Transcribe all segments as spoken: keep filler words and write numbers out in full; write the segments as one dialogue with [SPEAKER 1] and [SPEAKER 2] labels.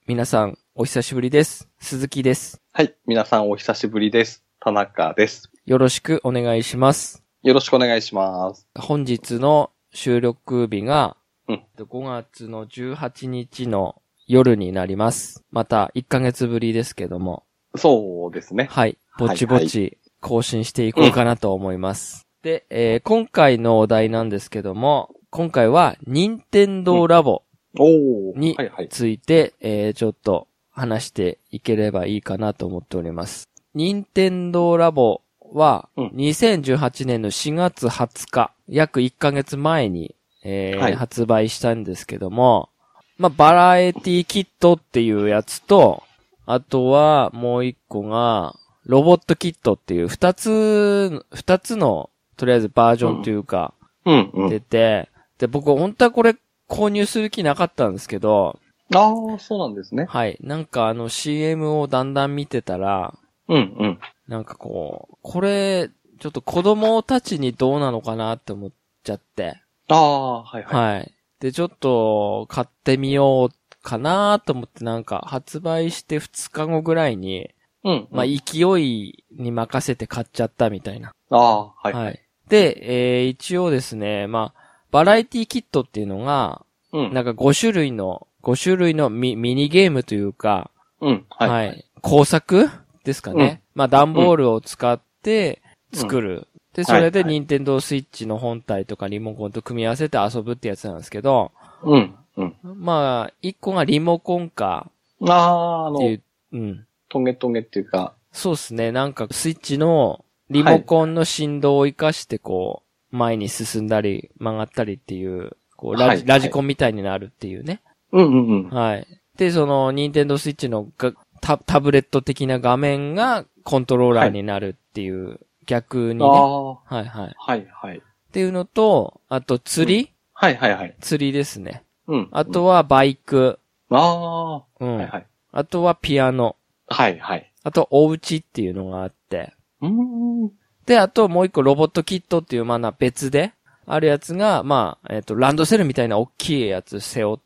[SPEAKER 1] 皆さん、お久しぶりです。鈴木です。
[SPEAKER 2] はい。皆さん、お久しぶりです。田中です。
[SPEAKER 1] よろしくお願いします。
[SPEAKER 2] よろしくお願いします。
[SPEAKER 1] 本日の収録日が、
[SPEAKER 2] うん、
[SPEAKER 1] ごがつのじゅうはちにちの夜になります。また、いっかげつぶりですけども。
[SPEAKER 2] そうですね。
[SPEAKER 1] はい。ぼちぼち更新していこうかなと思います。はいはい、で、えー、今回のお題なんですけども、今回は、任天堂ラボについて、うんはいはいえー、ちょっと話していければいいかなと思っております。任天堂ラボは、にせんじゅうはちねんのしがつはつか、約いっかげつまえに、えーはい、発売したんですけども、まあ、バラエティキットっていうやつと、あとはもう一個が、ロボットキットっていう二つ、二つの、とりあえずバージョンというか、
[SPEAKER 2] うんうん、
[SPEAKER 1] 出て、で、僕本当はこれ購入する気なかったんですけど、
[SPEAKER 2] ああ、そうなんですね。
[SPEAKER 1] はい。なんかあの シーエム をだんだん見てたら、
[SPEAKER 2] うんうん。
[SPEAKER 1] なんかこう、これ、ちょっと子供たちにどうなのかなって思っちゃって。
[SPEAKER 2] ああ、はいはい。
[SPEAKER 1] はい。で、ちょっと買ってみようかなと思ってなんか発売してふつかごぐらいに、
[SPEAKER 2] うん、うん。
[SPEAKER 1] まあ勢いに任せて買っちゃったみたいな。
[SPEAKER 2] ああ、はいはい。
[SPEAKER 1] はい。で、えー、一応ですね、まあ、バラエティキットっていうのが、うん、なんかご種類の、ご種類のミミニゲームというか、
[SPEAKER 2] うん、はい。
[SPEAKER 1] はい。工作ですかね。うん、まあ、段ボールを使って作る。うん、で、それで任天堂スイッチの本体とかリモコンと組み合わせて遊ぶってやつなんですけど、
[SPEAKER 2] うん、うん。
[SPEAKER 1] まあ、一個がリモコンか。
[SPEAKER 2] ああ、あの、
[SPEAKER 1] っていう、うん。
[SPEAKER 2] トゲトゲっていうか。
[SPEAKER 1] そうですね。なんかスイッチのリモコンの振動を活かしてこう、前に進んだり曲がったりっていう、こうラジ、はいはい、ラジコンみたいになるっていうね。
[SPEAKER 2] うんうんうん。
[SPEAKER 1] はい。で、その、ニンテンドースイッチのがタ、タブレット的な画面がコントローラーになるっていう、はい、逆にね。はいはい。
[SPEAKER 2] はいはい。
[SPEAKER 1] っていうのと、あと釣り、うん、
[SPEAKER 2] はいはいはい。
[SPEAKER 1] 釣りですね。
[SPEAKER 2] うん。
[SPEAKER 1] あとはバイク。
[SPEAKER 2] ああ。
[SPEAKER 1] うん。
[SPEAKER 2] はいはい。
[SPEAKER 1] あとはピアノ。
[SPEAKER 2] はいはい。
[SPEAKER 1] あと、お家っていうのがあって。
[SPEAKER 2] うーん。
[SPEAKER 1] で、あともう一個ロボットキットっていうまあ別であるやつが、まあ、えっと、ランドセルみたいな大きいやつ背負って、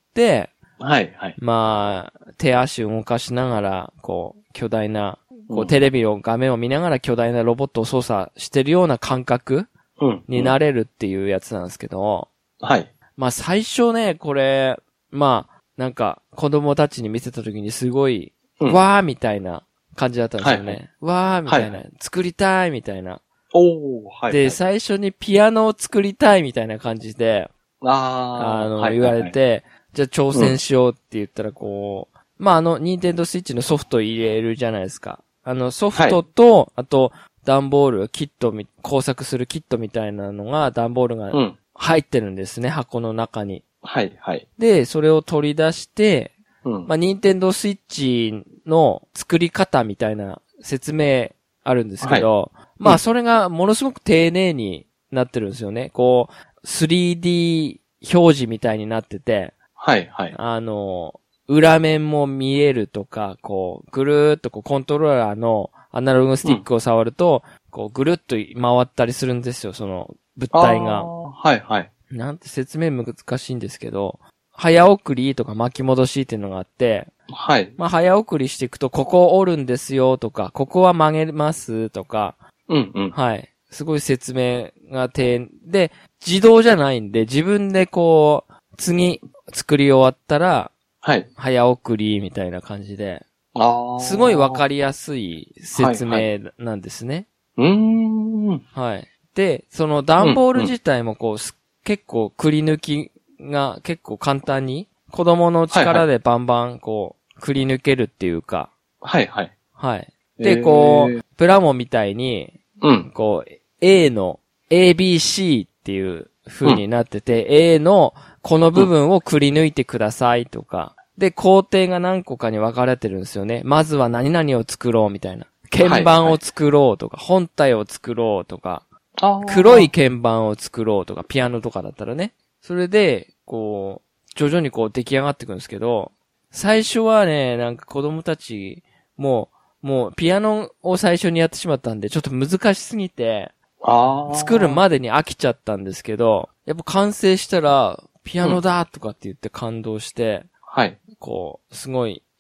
[SPEAKER 2] はいはい。
[SPEAKER 1] まあ、手足を動かしながら、こう、巨大な、こう、テレビを、画面を見ながら巨大なロボットを操作してるような感覚になれるっていうやつなんですけど、
[SPEAKER 2] はい。
[SPEAKER 1] まあ最初ね、これ、まあ、なんか、子供たちに見せた時にすごい、うん、わーみたいな感じだったんですよね。はいはい、わーみたいな、はい、作りたいみたいな。
[SPEAKER 2] おー、はい、はい。
[SPEAKER 1] で、最初にピアノを作りたいみたいな感じで、
[SPEAKER 2] あ
[SPEAKER 1] あの、言われて、じゃあ挑戦しようって言ったらこう、うん、まあ、あの、ニンテンドースイッチのソフト入れるじゃないですか。あの、ソフトと、はい、あと、段ボール、キットみ、工作するキットみたいなのが、段ボールが入ってるんですね、うん、箱の中に。
[SPEAKER 2] はいはい。
[SPEAKER 1] で、それを取り出して、
[SPEAKER 2] うん、
[SPEAKER 1] まあ、ニンテンドースイッチの作り方みたいな説明あるんですけど、はい、まあ、それがものすごく丁寧になってるんですよね。こう、スリーディー 表示みたいになってて、
[SPEAKER 2] はいはい。
[SPEAKER 1] あの、裏面も見えるとか、こう、ぐるーっとこうコントローラーのアナログスティックを触ると、うん、こう、ぐるっと回ったりするんですよ、その物体が。
[SPEAKER 2] はいはい。
[SPEAKER 1] なんて説明難しいんですけど、早送りとか巻き戻しっていうのがあって、
[SPEAKER 2] はい。
[SPEAKER 1] まあ、早送りしていくと、ここを折るんですよとか、ここは曲げますとか、
[SPEAKER 2] うんうん。
[SPEAKER 1] はい。すごい説明が丁で、自動じゃないんで、自分でこう、次作り終わったら、
[SPEAKER 2] はい。
[SPEAKER 1] 早送りみたいな感じで、
[SPEAKER 2] ああ。
[SPEAKER 1] すごいわかりやすい説明なんですね。
[SPEAKER 2] はいはい、うーん。
[SPEAKER 1] はい。で、その段ボール自体もこう、うんうん、結構くり抜きが結構簡単に、子供の力でバンバンこう、くり抜けるっていうか。
[SPEAKER 2] はいはい。
[SPEAKER 1] はい。で、こう、プラモみたいに、
[SPEAKER 2] うん。
[SPEAKER 1] こう、A の エービーシー っていう風になってて、うん、A のこの部分をくり抜いてくださいとか。で、工程が何個かに分かれてるんですよね。まずは何々を作ろうみたいな。鍵盤を作ろうとか、はいはい、本体を作ろうとか、黒い鍵盤を作ろうとか、ピアノとかだったらね。それで、こう、徐々にこう出来上がっていくんですけど、最初はね、なんか子供たち、もう、もうピアノを最初にやってしまったんで、ちょっと難しすぎて、作るまでに飽きちゃったんですけど、やっぱ完成したら、ピアノだとかって言って感動して、
[SPEAKER 2] はい。
[SPEAKER 1] こう、すごい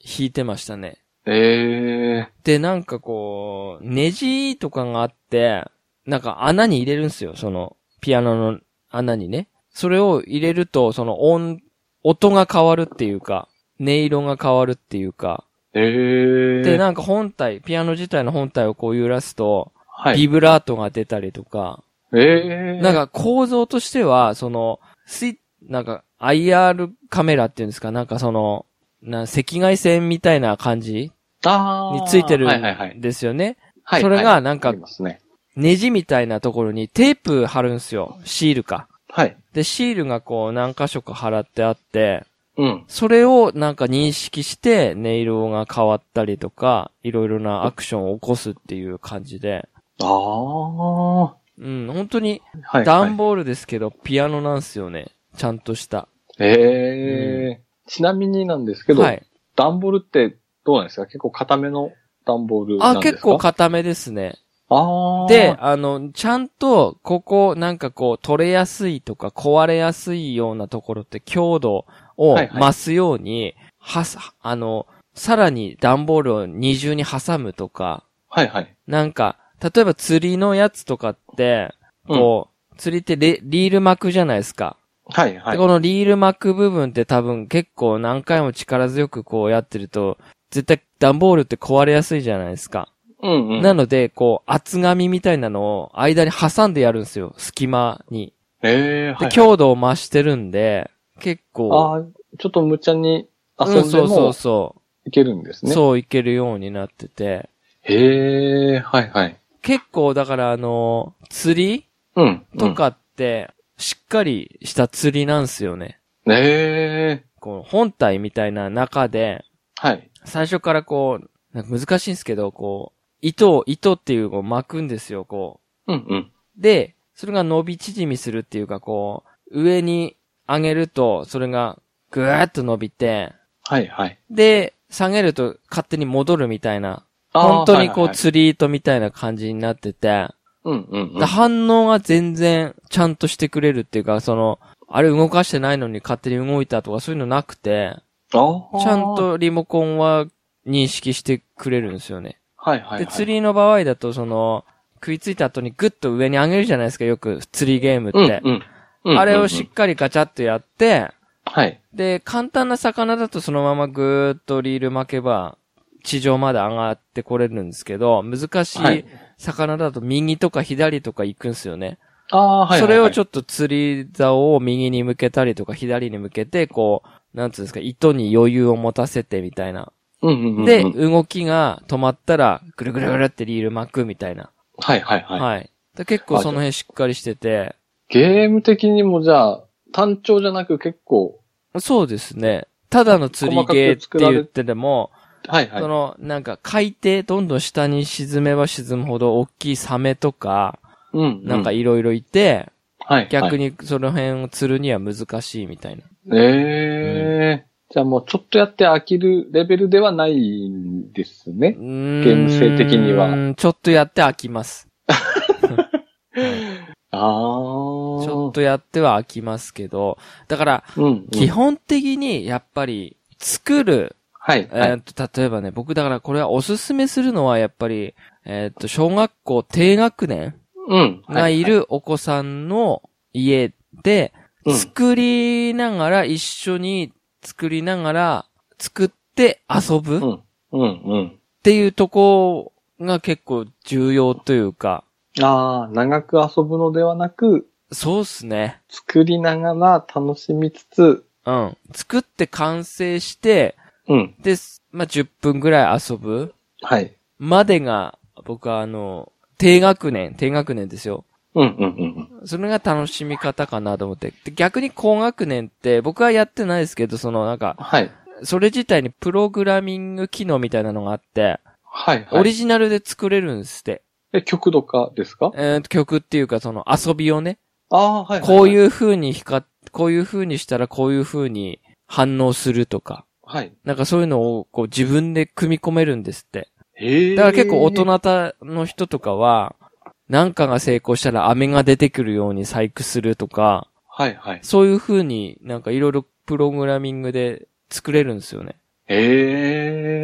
[SPEAKER 1] 弾いてましたね。
[SPEAKER 2] ええー。
[SPEAKER 1] で、なんかこう、ネジとかがあって、なんか穴に入れるんですよ、その、ピアノの穴にね。それを入れると、その音、音が変わるっていうか、音色が変わるっていうか。
[SPEAKER 2] ええー。
[SPEAKER 1] で、なんか本体、ピアノ自体の本体をこう揺らすと、はい、ビブラートが出たりとか。
[SPEAKER 2] ええー。
[SPEAKER 1] なんか構造としては、その、スイなんか アイアール カメラっていうんですか、なんかその、な赤外線みたいな感じについてるんですよね。
[SPEAKER 2] はいはいはい、
[SPEAKER 1] それがなんか、
[SPEAKER 2] ね、
[SPEAKER 1] ネジみたいなところにテープ貼るんですよ。シールか。
[SPEAKER 2] はい。
[SPEAKER 1] で、シールがこう何箇所か貼ってあって、
[SPEAKER 2] うん。
[SPEAKER 1] それをなんか認識して音色が変わったりとか、いろいろなアクションを起こすっていう感じで。
[SPEAKER 2] ああ。
[SPEAKER 1] うん、本当に、段ボールですけど、はいはい、ピアノなんですよね。ちゃんとした。
[SPEAKER 2] ええーうん。ちなみになんですけど、はい、段ボールってどうなんですか？結構固めの段ボールなんですか？
[SPEAKER 1] あ、結構固めですね。
[SPEAKER 2] ああ。
[SPEAKER 1] で、あの、ちゃんと、ここ、なんかこう、取れやすいとか、壊れやすいようなところって、強度を増すように、はす、あの、さらに段ボールを二重に挟むとか、
[SPEAKER 2] はいはい。
[SPEAKER 1] なんか、例えば釣りのやつとかって、こう、うん、釣りってレリール巻くじゃないですか。
[SPEAKER 2] はいはい。
[SPEAKER 1] で、このリール巻く部分って多分結構何回も力強くこうやってると、絶対段ボールって壊れやすいじゃないですか。
[SPEAKER 2] うんうん。
[SPEAKER 1] なので、こう、厚紙みたいなのを間に挟んでやるんですよ。隙間に。
[SPEAKER 2] へえー、はい、はい。
[SPEAKER 1] で、強度を増してるんで、結構。
[SPEAKER 2] ああ、ちょっと無茶に遊んでも、うん、
[SPEAKER 1] そうそうそう。
[SPEAKER 2] いけるんですね。
[SPEAKER 1] そう、いけるようになってて。
[SPEAKER 2] へえ、はいはい。
[SPEAKER 1] 結構、だからあの、釣り
[SPEAKER 2] うん。
[SPEAKER 1] とかって、しっかりした釣りなんですよね。
[SPEAKER 2] へえ。
[SPEAKER 1] この本体みたいな中で、
[SPEAKER 2] はい。
[SPEAKER 1] 最初からこう、なんか難しいんですけど、こう、糸を、糸っていうのを巻くんですよ、こ
[SPEAKER 2] う。うんうん。
[SPEAKER 1] で、それが伸び縮みするっていうか、こう、上に上げると、それがぐーっと伸びて、
[SPEAKER 2] はいはい。
[SPEAKER 1] で、下げると勝手に戻るみたいな、本当にこう、釣り糸みたいな感じになってて、
[SPEAKER 2] うんうんうん。
[SPEAKER 1] 反応が全然ちゃんとしてくれるっていうか、その、あれ動かしてないのに勝手に動いたとかそういうのなくて、ちゃんとリモコンは認識してくれるんですよね。
[SPEAKER 2] はいはい、はい。
[SPEAKER 1] で、釣りの場合だと、その、食いついた後にグッと上に上げるじゃないですか、よく釣りゲームって。うんうんうん、あれをしっかりガチャッとやって、
[SPEAKER 2] はい。
[SPEAKER 1] で、簡単な魚だとそのままぐーっとリール巻けば、地上まで上がってこれるんですけど、難しい魚だと右とか左とか行くんですよね。
[SPEAKER 2] ああ、はい、はい。
[SPEAKER 1] それをちょっと釣り竿を右に向けたりとか左に向けて、こう、なんつうんですか、糸に余裕を持たせてみたいな。
[SPEAKER 2] うんうんうんうん、
[SPEAKER 1] で、動きが止まったら、ぐるぐるぐるってリール巻くみたいな。
[SPEAKER 2] はいはいはい。
[SPEAKER 1] はい。で結構その辺しっかりしてて。
[SPEAKER 2] ゲーム的にもじゃあ、単調じゃなく結構。
[SPEAKER 1] そうですね。ただの釣りゲーって言ってでも、
[SPEAKER 2] はいはい。
[SPEAKER 1] その、なんか海底、どんどん下に沈めば沈むほど大きいサメとか、
[SPEAKER 2] うん、うん。
[SPEAKER 1] なんかいろいろいて、
[SPEAKER 2] はい、はい。
[SPEAKER 1] 逆にその辺を釣るには難しいみたいな。
[SPEAKER 2] ええー。うんじゃあもうちょっとやって飽きるレベルではないんですね。ゲーム性的には。
[SPEAKER 1] ちょっとやって飽きます。
[SPEAKER 2] ああ。ちょ
[SPEAKER 1] っとやっては飽きますけど、だから、うんうん、基本的にやっぱり作る。
[SPEAKER 2] はい。
[SPEAKER 1] えー、っと、例えばね、僕だからこれはおすすめするのはやっぱり、えー、っと、小学校低学年がいるお子さんの家で作りながら一緒に作りながら、作って遊ぶ、
[SPEAKER 2] うん、うん、うん。
[SPEAKER 1] っていうとこが結構重要というか。
[SPEAKER 2] ああ、長く遊ぶのではなく。
[SPEAKER 1] そうっすね。
[SPEAKER 2] 作りながら楽しみつつ。
[SPEAKER 1] うん。作って完成して、
[SPEAKER 2] うん。
[SPEAKER 1] で、まあ、じゅっぷんぐらい遊ぶ。
[SPEAKER 2] はい。
[SPEAKER 1] までが、僕はあの、低学年、低学年ですよ。
[SPEAKER 2] うんうんうん。
[SPEAKER 1] それが楽しみ方かなと思って。で逆に高学年って僕はやってないですけど、そのなんか、
[SPEAKER 2] はい。
[SPEAKER 1] それ自体にプログラミング機能みたいなのがあって、
[SPEAKER 2] はいはい。
[SPEAKER 1] オリジナルで作れるんですって。
[SPEAKER 2] え、曲とかですか？
[SPEAKER 1] えー、曲っていうかその遊びをね。
[SPEAKER 2] ああ、はい、はい。
[SPEAKER 1] こういう風に光っ、こういう風にしたらこういう風に反応するとか。
[SPEAKER 2] はい。
[SPEAKER 1] なんかそういうのをこう自分で組み込めるんですって。
[SPEAKER 2] へえ。
[SPEAKER 1] だから結構大人の人とかは、なんかが成功したら飴が出てくるように細工するとか、
[SPEAKER 2] はいはい。
[SPEAKER 1] そういう風になんかいろいろプログラミングで作れるんですよね。
[SPEAKER 2] へ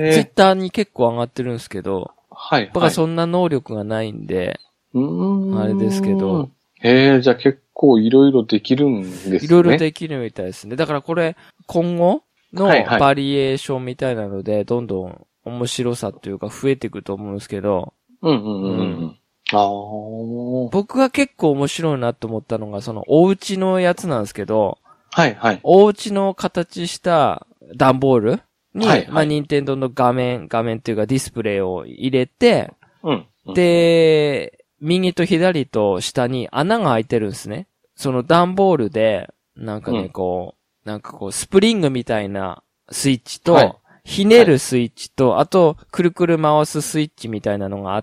[SPEAKER 2] ー。
[SPEAKER 1] ツイッターに結構上がってるんですけど、
[SPEAKER 2] はい、はい。
[SPEAKER 1] 僕はそんな能力がないんで、
[SPEAKER 2] うーん。
[SPEAKER 1] あれですけど。
[SPEAKER 2] へえ、じゃあ結構いろいろできるんですね。
[SPEAKER 1] いろいろできるみたいですね。だからこれ、今後のバリエーションみたいなので、どんどん面白さというか増えていくと思うんですけど、
[SPEAKER 2] うんうんうんうん。ああ。
[SPEAKER 1] 僕が結構面白いなと思ったのが、そのお家のやつなんですけど、
[SPEAKER 2] はいはい。
[SPEAKER 1] お家の形した段ボールに、
[SPEAKER 2] はいはい、
[SPEAKER 1] まあ、任天堂の画面、画面っていうかディスプレイを入れて、
[SPEAKER 2] うんうん、
[SPEAKER 1] で、右と左と下に穴が開いてるんですね。その段ボールで、なんかね、うん、こう、なんかこう、スプリングみたいなスイッチと、はい、ひねるスイッチと、はい、あと、くるくる回すスイッチみたいなのがあって、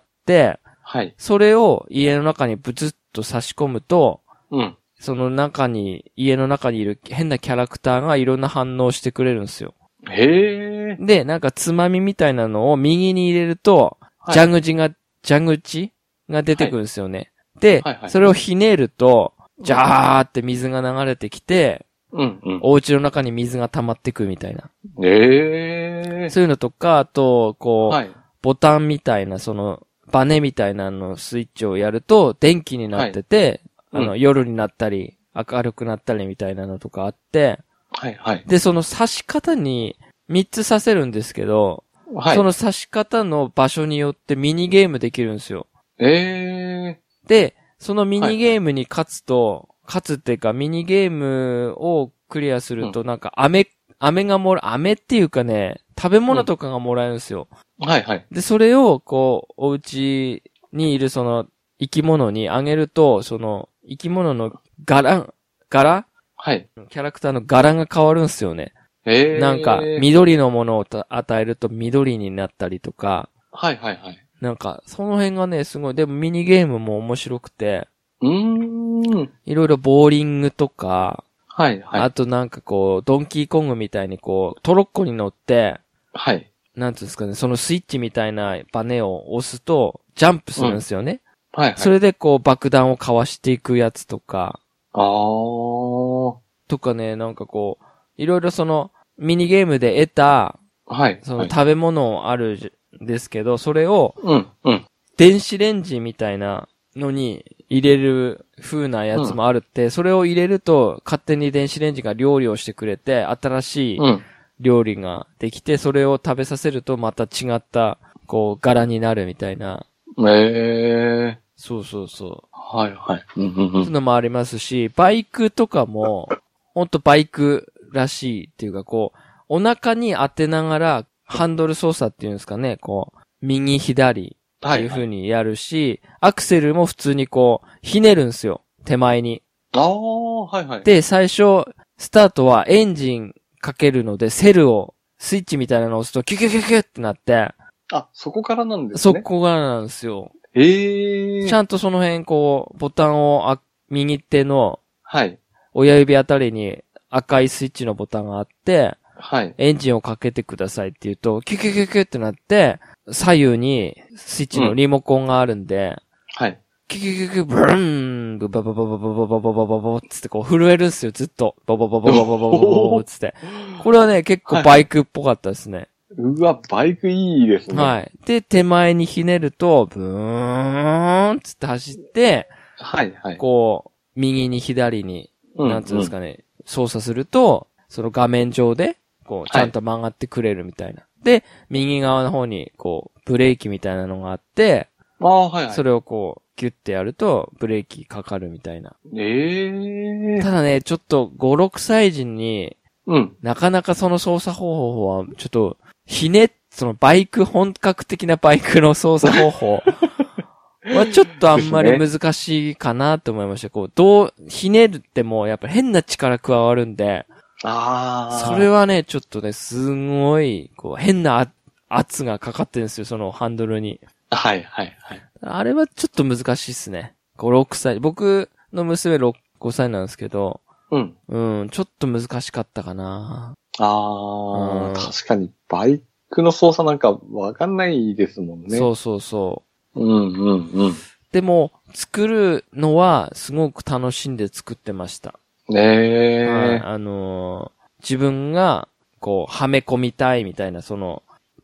[SPEAKER 2] はい。
[SPEAKER 1] それを家の中にブツッと差し込むと、
[SPEAKER 2] うん。
[SPEAKER 1] その中に、家の中にいる変なキャラクターがいろんな反応してくれるんですよ。
[SPEAKER 2] へー。
[SPEAKER 1] で、なんかつまみみたいなのを右に入れると、はい、蛇口が、蛇口が出てくるんですよね。はい、で、はいはい、それをひねると、ジャーって水が流れてきて、
[SPEAKER 2] うんうん、
[SPEAKER 1] お家の中に水が溜まってくみたいな。
[SPEAKER 2] へー。
[SPEAKER 1] そういうのとか、あと、こう、
[SPEAKER 2] はい、
[SPEAKER 1] ボタンみたいな、その、バネみたいなのスイッチをやると、電気になってて、はい、あの、うん、夜になったり、明るくなったりみたいなのとかあって、
[SPEAKER 2] はいはい。
[SPEAKER 1] で、その刺し方にみっつ刺せるんですけど、はい、その刺し方の場所によってミニゲームできるんですよ。
[SPEAKER 2] え
[SPEAKER 1] ー。で、そのミニゲームに勝つと、はいはい、勝つっていうかミニゲームをクリアするとなんか飴、飴がもら、飴っていうかね、食べ物とかがもらえるんですよ。
[SPEAKER 2] うん、はいはい。
[SPEAKER 1] で、それをこう、お家にいるその生き物にあげると、その生き物の柄、柄
[SPEAKER 2] はい。
[SPEAKER 1] キャラクターの柄が変わるんですよね。
[SPEAKER 2] へー。
[SPEAKER 1] なんか、緑のものを与えると緑になったりとか。
[SPEAKER 2] はいはいはい。
[SPEAKER 1] なんか、その辺がね、すごい、でもミニゲームも面白くて。
[SPEAKER 2] うーん。
[SPEAKER 1] いろいろボーリングとか。
[SPEAKER 2] はいはい。
[SPEAKER 1] あとなんかこう、ドンキーコングみたいにこう、トロッコに乗って。
[SPEAKER 2] はい。
[SPEAKER 1] なんていうんですかね、そのスイッチみたいなバネを押すと、ジャンプするんですよね。
[SPEAKER 2] うん、はいはい。
[SPEAKER 1] それでこう、爆弾をかわしていくやつとか。
[SPEAKER 2] あー。
[SPEAKER 1] とかね、なんかこう、いろいろその、ミニゲームで得た、
[SPEAKER 2] はい。
[SPEAKER 1] その食べ物あるんですけど、それを、
[SPEAKER 2] うん、うん。
[SPEAKER 1] 電子レンジみたいなのに入れる風なやつもあるって、うん、それを入れると、勝手に電子レンジが料理をしてくれて、新しい料理ができて、それを食べさせるとまた違った、こう、柄になるみたいな。
[SPEAKER 2] へー。
[SPEAKER 1] そうそうそう。
[SPEAKER 2] はいはい。
[SPEAKER 1] そういうのもありますし、バイクとかも、ほんとバイクらしいっていうか、こう、お腹に当てながら、ハンドル操作っていうんですかね、こう、右左っていう風にやるし、はいはい、アクセルも普通にこう、ひねるんですよ、手前に。
[SPEAKER 2] ああ、はいはい。
[SPEAKER 1] で、最初、スタートはエンジンかけるので、セルを、スイッチみたいなのを押すと、キュキュキュキュってなって。
[SPEAKER 2] あ、そこからなんですね。
[SPEAKER 1] そこからなんですよ。
[SPEAKER 2] へえ。
[SPEAKER 1] ちゃんとその辺、こう、ボタンをあ、右手の、
[SPEAKER 2] はい。
[SPEAKER 1] 親指あたりに赤いスイッチのボタンがあって、
[SPEAKER 2] はい。
[SPEAKER 1] エンジンをかけてくださいって言うと、キュキュキュキュってなって、左右にスイッチのリモコンがあるんで、うん、
[SPEAKER 2] はい。
[SPEAKER 1] キュキュキュキュ、ブルーン、ブバババババババババババつってこう震えるんですよ、ずっと。ババババババババババつって。これはね、結構バイクっぽかったですね。
[SPEAKER 2] うわ、バイクいいですね。
[SPEAKER 1] はい。で、手前にひねると、ブーンつって走って、
[SPEAKER 2] はいはい。
[SPEAKER 1] こう、右に左に、なんつうんですかね、操作すると、その画面上で、こう、ちゃんと曲がってくれるみたいな。はい、で、右側の方に、こう、ブレーキみたいなのがあって、
[SPEAKER 2] ああ、はいはい。
[SPEAKER 1] それをこう、ギュッてやると、ブレーキかかるみたいな。
[SPEAKER 2] ええー。
[SPEAKER 1] ただね、ちょっと、ご、ろくさい児に、
[SPEAKER 2] うん。
[SPEAKER 1] なかなかその操作方法は、ちょっと、ひね、そのバイク、本格的なバイクの操作方法はちょっとあんまり難しいかなと思いました。こう、どう、ひねるっても、やっぱ変な力加わるんで、
[SPEAKER 2] ああ。
[SPEAKER 1] それはね、ちょっとね、すごい、こう、変な圧がかかってるんですよ、そのハンドルに。
[SPEAKER 2] はいはいはい。
[SPEAKER 1] あれはちょっと難しいっすね。ご、ろくさい。僕の娘ろく、ごさいなんですけど、
[SPEAKER 2] うん。
[SPEAKER 1] うん、ちょっと難しかったかな。
[SPEAKER 2] ああ、うん、確かに、バイクの操作なんかわかんないですもんね。
[SPEAKER 1] そうそうそう。
[SPEAKER 2] うんうんうん。
[SPEAKER 1] でも、作るのはすごく楽しんで作ってました。
[SPEAKER 2] ねえ、
[SPEAKER 1] はい。あのー、自分が、こう、はめ込みたいみたいな、その、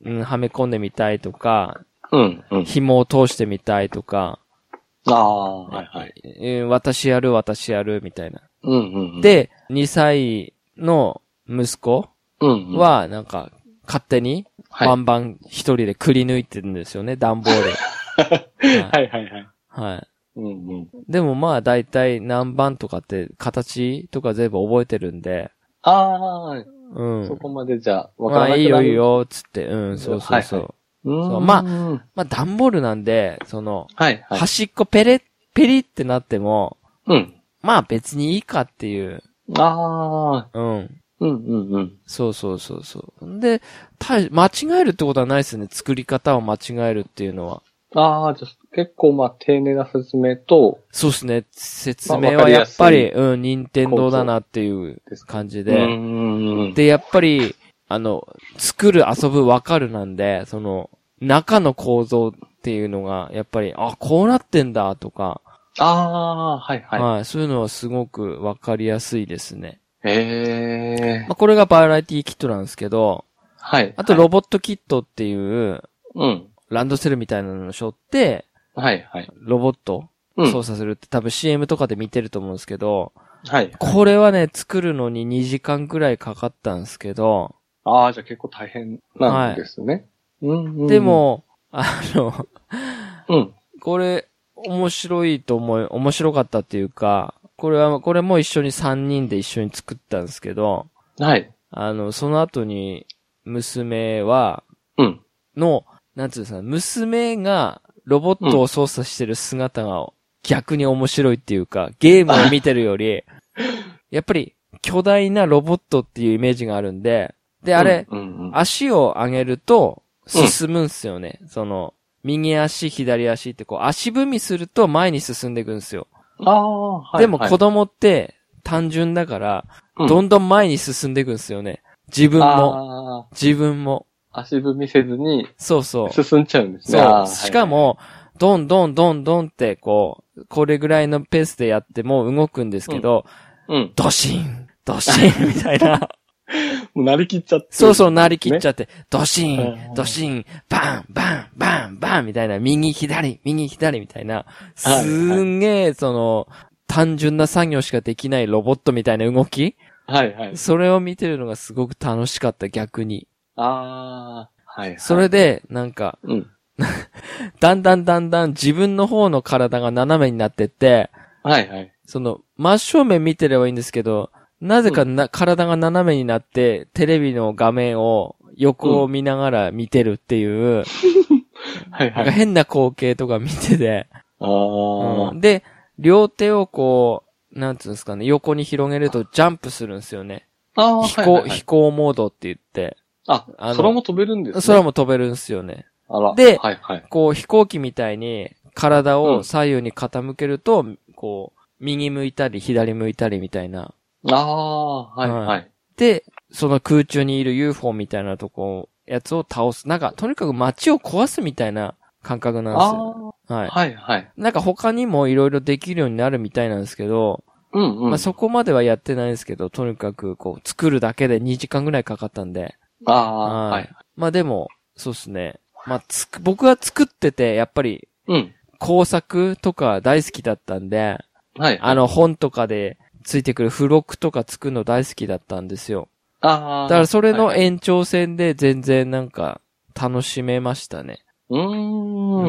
[SPEAKER 1] うん、はめ込んでみたいとか、
[SPEAKER 2] うん、うん。
[SPEAKER 1] 紐を通してみたいとか、
[SPEAKER 2] ああ、はいはい。
[SPEAKER 1] えー、私やる、私やる、みたいな。
[SPEAKER 2] うんうんうん、
[SPEAKER 1] で、にさいの息子は、なんか、勝手に、バンバン一人でくり抜いてるんですよね、段ボール。
[SPEAKER 2] はいはいはい。
[SPEAKER 1] はい。
[SPEAKER 2] うんうん、
[SPEAKER 1] でもまあ、だいたい何番とかって、形とか全部覚えてるんで。
[SPEAKER 2] ああ、
[SPEAKER 1] うん。
[SPEAKER 2] そこまでじゃあ、
[SPEAKER 1] わからなくなる。まあ、いいよいいよ、つって、うん、そうそうそう。はいはい、そうまあ、まあ、段ボールなんで、その、はいはい、端っこペレッ、ペリってなっても、うん。まあ別にいいかっていう。
[SPEAKER 2] ああ。
[SPEAKER 1] うん。
[SPEAKER 2] うんうんうん。
[SPEAKER 1] そうそうそうそう。で、た間違えるってことはないですね。作り方を間違えるっていうのは。
[SPEAKER 2] ああ、じゃ結構まあ丁寧な説明と。
[SPEAKER 1] そうですね。説明はやっぱり、うん、任天堂だなっていう感じで。で, で、やっぱり、あの、作る遊ぶわかるなんで、その、中の構造っていうのが、やっぱり、あ、こうなってんだとか。
[SPEAKER 2] ああ、はいはい。
[SPEAKER 1] はい。そういうのはすごくわかりやすいですね。
[SPEAKER 2] へえ。
[SPEAKER 1] まあ、これがバラエティキットなんですけど。
[SPEAKER 2] はい。
[SPEAKER 1] あと、ロボットキットっていう、
[SPEAKER 2] うん。
[SPEAKER 1] ランドセルみたいなのを背負って、
[SPEAKER 2] はいはい。
[SPEAKER 1] ロボット操作するって、うん、多分 シーエム とかで見てると思うんですけど。
[SPEAKER 2] はい。
[SPEAKER 1] これはね、作るのににじかんくらいかかったんですけど。
[SPEAKER 2] ああ、じゃあ結構大変なんですね。はい、うんうん、
[SPEAKER 1] でも、あの、
[SPEAKER 2] うん。
[SPEAKER 1] これ、面白いと思い、面白かったっていうか、これは、これも一緒にさんにんで一緒に作ったんですけど、
[SPEAKER 2] はい。
[SPEAKER 1] あの、その後に、娘は、
[SPEAKER 2] うん。
[SPEAKER 1] の、なんつうんですか、娘がロボットを操作してる姿が逆に面白いっていうか、ゲームを見てるより、やっぱり巨大なロボットっていうイメージがあるんで、で、あれ、
[SPEAKER 2] うんうんうん、足
[SPEAKER 1] を上げると進むんすよね。うん、その、右足、左足ってこう足踏みすると前に進んでいくんですよ。
[SPEAKER 2] ああ、はい、はい。
[SPEAKER 1] でも子供って単純だから、どんどん前に進んでいくんですよね。自分も。自分も。
[SPEAKER 2] 足踏みせずに。
[SPEAKER 1] そうそう。
[SPEAKER 2] 進んじゃうんですね。
[SPEAKER 1] そう。しかも、どんどんどんどんってこう、これぐらいのペースでやっても動くんですけど、うん。うん、ドシン、ドシンみたいな。
[SPEAKER 2] もうなりきっちゃって、ね。
[SPEAKER 1] そうそう、なりきっちゃって、ドシン、ドシン、バン、バン、バン、バンみたいな、右、左、右、左みたいな、すんげえ、その、単純な作業しかできないロボットみたいな動き
[SPEAKER 2] はいはい。
[SPEAKER 1] それを見てるのがすごく楽しかった、逆に。
[SPEAKER 2] ああ、はいはい。
[SPEAKER 1] それで、なんか、うん、だんだんだんだん自分の方の体が斜めになってって、
[SPEAKER 2] はいはい。
[SPEAKER 1] その、真正面見てればいいんですけど、なぜかな、うん、体が斜めになって、テレビの画面を横を見ながら見てるっていう、うん、はいはい。なんか変な光景とか見てて、
[SPEAKER 2] あー、
[SPEAKER 1] うん、で、両手をこう、なんつうんですかね、横に広げるとジャンプするんですよね。
[SPEAKER 2] ああ、
[SPEAKER 1] 飛行、はいはいはい、飛行モードって言って。
[SPEAKER 2] あ、あ空も飛べるんですね。
[SPEAKER 1] 空も飛べるんですよね。
[SPEAKER 2] あら。
[SPEAKER 1] で、
[SPEAKER 2] はいはい、
[SPEAKER 1] こう飛行機みたいに体を左右に傾けると、うん、こう、右向いたり左向いたりみたいな。
[SPEAKER 2] ああ、はいはい、はい。
[SPEAKER 1] で、その空中にいる ユーフォー みたいなとこ、やつを倒す。なんか、とにかく街を壊すみたいな感覚なんですよ。
[SPEAKER 2] はい。はいはい。
[SPEAKER 1] なんか他にもいろいろできるようになるみたいなんですけど、
[SPEAKER 2] うんうん。
[SPEAKER 1] まあそこまではやってないんですけど、とにかくこう作るだけでにじかんぐらいかかったんで。
[SPEAKER 2] ああ、はい。
[SPEAKER 1] まあでも、そうですね。まあつく、僕は作ってて、やっぱり、
[SPEAKER 2] うん。
[SPEAKER 1] 工作とか大好きだったんで、
[SPEAKER 2] はい。
[SPEAKER 1] あの本とかでついてくる付録とか作るの大好きだったんですよ。
[SPEAKER 2] ああ。
[SPEAKER 1] だからそれの延長線で全然なんか楽しめましたね。
[SPEAKER 2] うーん。うん。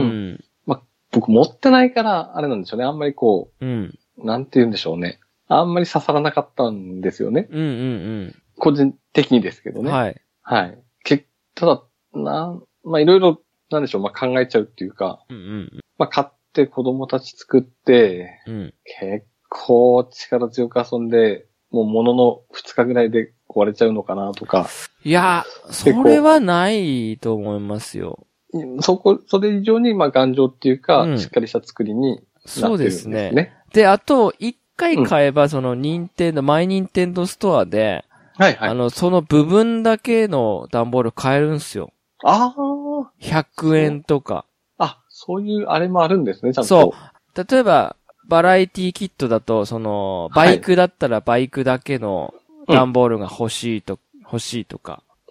[SPEAKER 2] まあ、僕持ってないから、あれなんでしょうね。あんまりこう、うん。なんて言うんでしょうね。あんまり刺さらなかったんですよね。
[SPEAKER 1] うんうんうん。
[SPEAKER 2] 個人的にですけどね。
[SPEAKER 1] はい。
[SPEAKER 2] はい。け、ただ、な、まあいろいろ、なんでしょう、まあ考えちゃうっていうか、
[SPEAKER 1] うんうんうん、
[SPEAKER 2] まあ買って子供たち作って、
[SPEAKER 1] うん、
[SPEAKER 2] 結構力強く遊んで、もうもののふつかぐらいで壊れちゃうのかなとか。
[SPEAKER 1] いや、それはないと思いますよ。
[SPEAKER 2] そこ、それ以上に、まあ頑丈っていうか、うん、しっかりした作りになってるんですね。そうですね。
[SPEAKER 1] で、あと、一回買えば、その、ニンテンド、うん、マイニンテンドストアで、
[SPEAKER 2] はいはい。
[SPEAKER 1] あの、その部分だけの段ボール買えるんすよ。
[SPEAKER 2] ああ。
[SPEAKER 1] ひゃくえんとか。
[SPEAKER 2] あ、そういうあれもあるんですね、ちゃんと。
[SPEAKER 1] そう。例えば、バラエティキットだと、その、バイクだったらバイクだけの段ボールが欲しいと、はい、欲しいとか。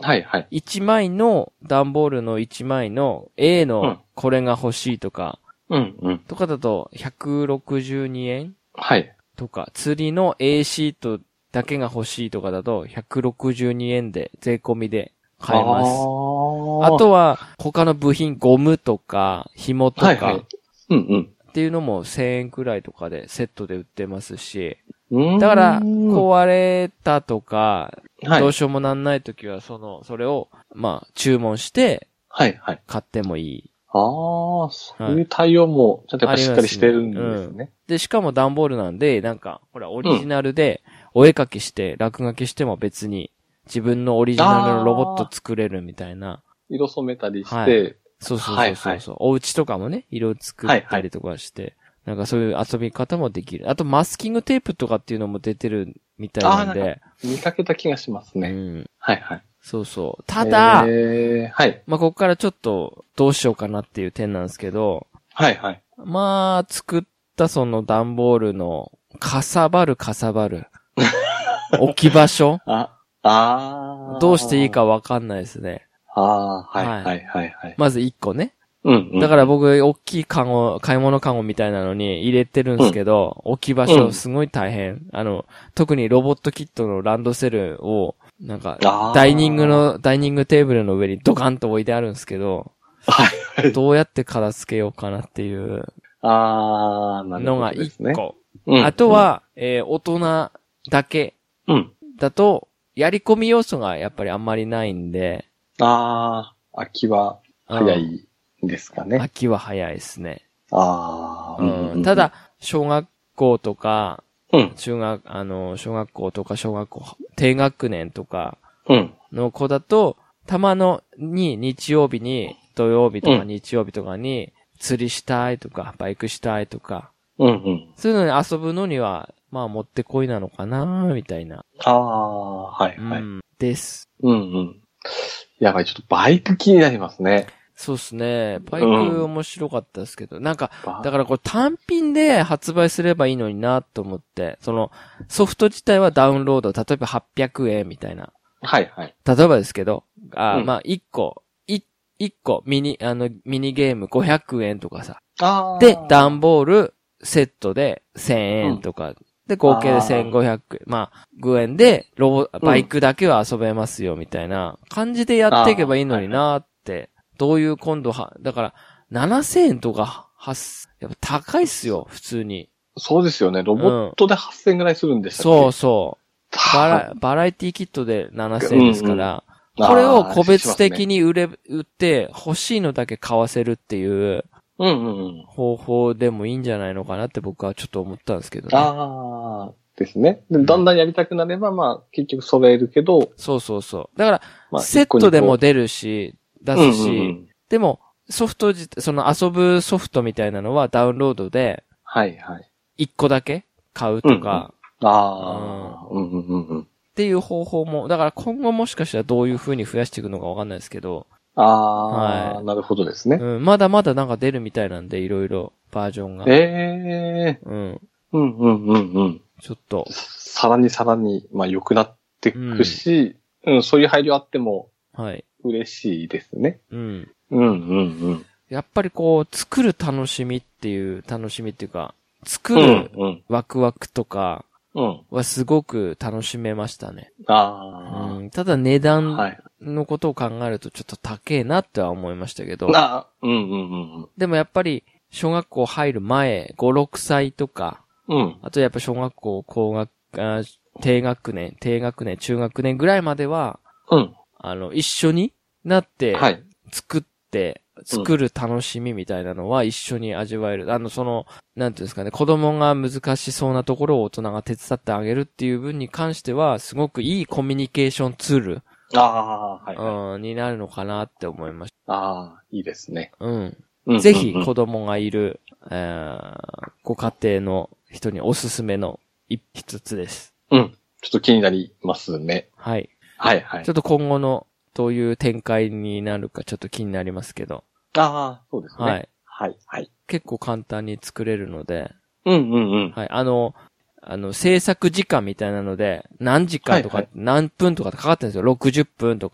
[SPEAKER 2] はいはい。
[SPEAKER 1] いちまいの段ボールのいちまいの A のこれが欲しいとか、
[SPEAKER 2] うんうん。
[SPEAKER 1] とかだとひゃくろくじゅうにえん
[SPEAKER 2] はい。
[SPEAKER 1] とか、釣りの A シートだけが欲しいとかだとひゃくろくじゅうにえんで税込みで買えます。あ, あとは他の部品、ゴムとか紐とか、はいはい、うんうん、っていうのもせんえんくらいとかでセットで売ってますし、だから壊れたとか、どうしようもなんないときはその、それをまあ注文して、はいはい。買ってもいい。
[SPEAKER 2] ああ、そういう対応もちゃんとやっぱしっかりしてるんですね。うん、
[SPEAKER 1] で、しかも段ボールなんで、なんか、ほら、オリジナルで、お絵描きして、落書きしても別に、自分のオリジナルのロボット作れるみたいな。
[SPEAKER 2] 色染めたりして。はい、
[SPEAKER 1] そうそうそうそう、はいはい。お家とかもね、色作ったりとかして、はいはい、なんかそういう遊び方もできる。あと、マスキングテープとかっていうのも出てるみたいなんで。
[SPEAKER 2] ああ、見かけた気がしますね。うん。はいはい。
[SPEAKER 1] そうそう。ただ、
[SPEAKER 2] えー、はい。
[SPEAKER 1] まあ、ここからちょっとどうしようかなっていう点なんですけど、
[SPEAKER 2] はいはい。
[SPEAKER 1] まあ、作ったその段ボールの、かさばるかさばる。置き場所
[SPEAKER 2] あ、あ
[SPEAKER 1] どうしていいかわかんないですね。
[SPEAKER 2] ああ、はいはいはいはい。
[SPEAKER 1] まず一個ね。
[SPEAKER 2] うん、うん。
[SPEAKER 1] だから僕、大きいカゴ、買い物カゴみたいなのに入れてるんですけど、うん、置き場所すごい大変、うん。あの、特にロボットキットのランドセルを、なんか、ダイニングの、ダイニングテーブルの上にドカンと置いてあるんですけど、
[SPEAKER 2] はいはい。
[SPEAKER 1] どうやって片付けようかなっていう、
[SPEAKER 2] ああ、なるほどですね。
[SPEAKER 1] のが一個。うん、あとは、うん、えー、大人だけ。
[SPEAKER 2] うん。
[SPEAKER 1] だと、やり込み要素がやっぱりあんまりないんで。
[SPEAKER 2] ああ、空きは早いですかね。
[SPEAKER 1] 空きは早いですね。
[SPEAKER 2] ああ、
[SPEAKER 1] うん。ただ、小学校とか、
[SPEAKER 2] うん。
[SPEAKER 1] 中学、あの、小学校とか小学校、低学年とか、
[SPEAKER 2] うん。
[SPEAKER 1] の子だと、たまのに日曜日に、土曜日とか日曜日とかに、釣りしたいとか、バイクしたいとか、
[SPEAKER 2] うんうん。
[SPEAKER 1] そういうのに遊ぶのには、まあ、もってこいなのかな、みたいな。
[SPEAKER 2] ああ、はいはい、うん。
[SPEAKER 1] です。
[SPEAKER 2] うんうん。やばい、ちょっとバイク気になりますね。
[SPEAKER 1] そうですね。バイク面白かったですけど、うん、なんか、だからこれ単品で発売すればいいのになと思って、その、ソフト自体はダウンロード、例えばはっぴゃくえんみたいな。
[SPEAKER 2] はいはい。
[SPEAKER 1] 例えばですけど、あ、うん、まあ、いっこ、い、いっこ、ミニ、あの、ミニゲームごひゃくえんとかさ。
[SPEAKER 2] あ
[SPEAKER 1] で、段ボールセットでせんえんとか。うん、で、合計でせんごひゃくえん。まあ、ごえんで、ロボ、バイクだけは遊べますよ、みたいな感じでやっていけばいいのになって、はいはい、どういう今度は、だから、ななせんえんとか、はっ、やっぱ高いっすよ、普通に。
[SPEAKER 2] そうですよね。ロボットではっせんえんぐらいするんでしたっけ、
[SPEAKER 1] うん、そうそう。バラ、バラエティキットでななせんえんですから、うんうん、これを個別的に売れ、売って欲しいのだけ買わせるっていう方法でもいいんじゃないのかなって僕はちょっと思ったんですけどね。
[SPEAKER 2] ああ、ですね。で、だんだんやりたくなれば、まあ結局揃えるけど。
[SPEAKER 1] そうそうそう。だから、まあ、セットでも出るし、出すし、うんうんうん、でもソフト自、その遊ぶソフトみたいなのはダウンロードで、
[SPEAKER 2] はいはい。
[SPEAKER 1] いっこだけ買うとか、
[SPEAKER 2] うんうん、ああ、うんうんうんうん。
[SPEAKER 1] っていう方法も、だから今後もしかしたらどういう風に増やしていくのかわかんないですけど。
[SPEAKER 2] ああ、はい、なるほどですね。
[SPEAKER 1] うん、まだまだなんか出るみたいなんで、いろいろバージョンが。
[SPEAKER 2] ええー。
[SPEAKER 1] うん。
[SPEAKER 2] うんうんうんうん。
[SPEAKER 1] ちょっと。
[SPEAKER 2] さらにさらに、まあ良くなっていくし、うん、うん、そういう配慮あっても、はい。嬉しいですね。
[SPEAKER 1] うん。
[SPEAKER 2] うんうんうん。
[SPEAKER 1] やっぱりこう、作る楽しみっていう、楽しみっていうか、作るワクワクとか、はすごく楽しめましたね。
[SPEAKER 2] うん、あ
[SPEAKER 1] うん、ただ値段のことを考えるとちょっと高えなっては思いましたけど。
[SPEAKER 2] あうんうんうんうん、
[SPEAKER 1] でもやっぱり小学校入る前、ご、ろくさいとか、
[SPEAKER 2] うん、
[SPEAKER 1] あとやっぱ小学校、高学、あ低学年、低学年、中学年ぐらいまでは、
[SPEAKER 2] うん、
[SPEAKER 1] あの、一緒になって、作って、はい作る楽しみみたいなのは一緒に味わえる。あの、その、なんていうんですかね、子供が難しそうなところを大人が手伝ってあげるっていう分に関しては、すごくいいコミュニケーションツール。
[SPEAKER 2] ああ、はい、はい、
[SPEAKER 1] うん。になるのかなって思いました。
[SPEAKER 2] ああ、いいですね。
[SPEAKER 1] うん。うん、ぜひ子供がいる、えー、ご家庭の人におすすめの一つです。
[SPEAKER 2] うん。ちょっと気になりますね。
[SPEAKER 1] はい。
[SPEAKER 2] はい、はい。
[SPEAKER 1] ちょっと今後のどういう展開になるかちょっと気になりますけど。
[SPEAKER 2] ああ、そうですね。
[SPEAKER 1] はい。
[SPEAKER 2] はい、はい。
[SPEAKER 1] 結構簡単に作れるので。
[SPEAKER 2] うんうんうん。
[SPEAKER 1] はい。あの、あの、制作時間みたいなので、何時間とか、はいはい、何分とかかかってるんですよ。ろくじゅっぷんとか。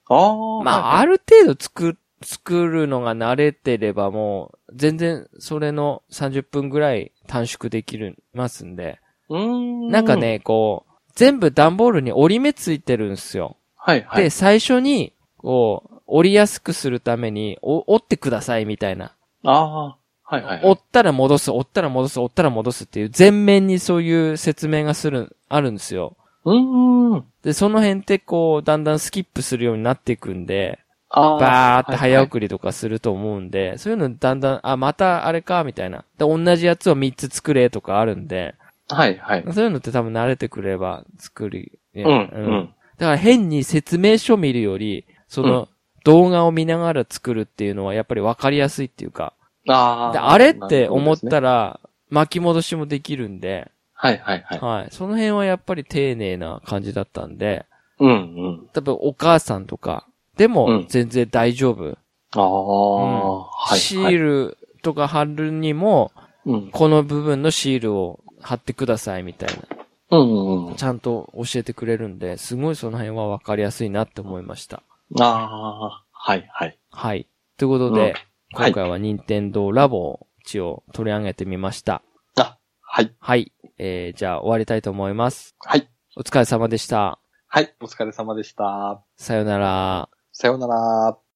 [SPEAKER 2] ああ。
[SPEAKER 1] まあ、はいはい、ある程度作、作るのが慣れてればもう、全然それのさんじゅっぷんぐらい短縮できる、ますんで。
[SPEAKER 2] うーん。
[SPEAKER 1] なんかね、こう、全部段ボールに折り目ついてるんですよ。
[SPEAKER 2] はいはい。
[SPEAKER 1] で、最初に、こう、折りやすくするために、お折ってくださいみたいな。
[SPEAKER 2] ああ。はいはい、はい。
[SPEAKER 1] 折ったら戻す、折ったら戻す、折ったら戻すっていう全面にそういう説明がする、あるんですよ。
[SPEAKER 2] うーん。
[SPEAKER 1] で、その辺ってこう、だんだんスキップするようになっていくんで、
[SPEAKER 2] あ
[SPEAKER 1] バーって早送りとかすると思うんで、はいはい、そういうのだんだん、あ、またあれか、みたいな。で、同じやつをみっつ作れとかあるんで、
[SPEAKER 2] はいはい。
[SPEAKER 1] そういうのって多分慣れてくれば作り、
[SPEAKER 2] うん、うん。
[SPEAKER 1] だから変に説明書見るより、その動画を見ながら作るっていうのはやっぱりわかりやすいっていうか、
[SPEAKER 2] あ
[SPEAKER 1] であれって思ったら巻き戻しもできるんで、
[SPEAKER 2] はいはいはい。
[SPEAKER 1] はい。その辺はやっぱり丁寧な感じだったんで、
[SPEAKER 2] うんうん。
[SPEAKER 1] 多分お母さんとかでも全然大丈夫。うん、
[SPEAKER 2] ああ、うん
[SPEAKER 1] はい。シールとか貼るにも、うん、この部分のシールを貼ってくださいみたいな。
[SPEAKER 2] うんうん。
[SPEAKER 1] ちゃんと教えてくれるんで、すごいその辺はわかりやすいなって思いました。
[SPEAKER 2] ああ、はいはい。
[SPEAKER 1] はい。ということで、
[SPEAKER 2] うん、
[SPEAKER 1] 今回は任天堂ラボを一応取り上げてみました。
[SPEAKER 2] あ、はい。
[SPEAKER 1] はい。えー、じゃあ終わりたいと思います。
[SPEAKER 2] はい。
[SPEAKER 1] お疲れ様でした。
[SPEAKER 2] はい、お疲れ様でした。
[SPEAKER 1] さよなら。
[SPEAKER 2] さよなら。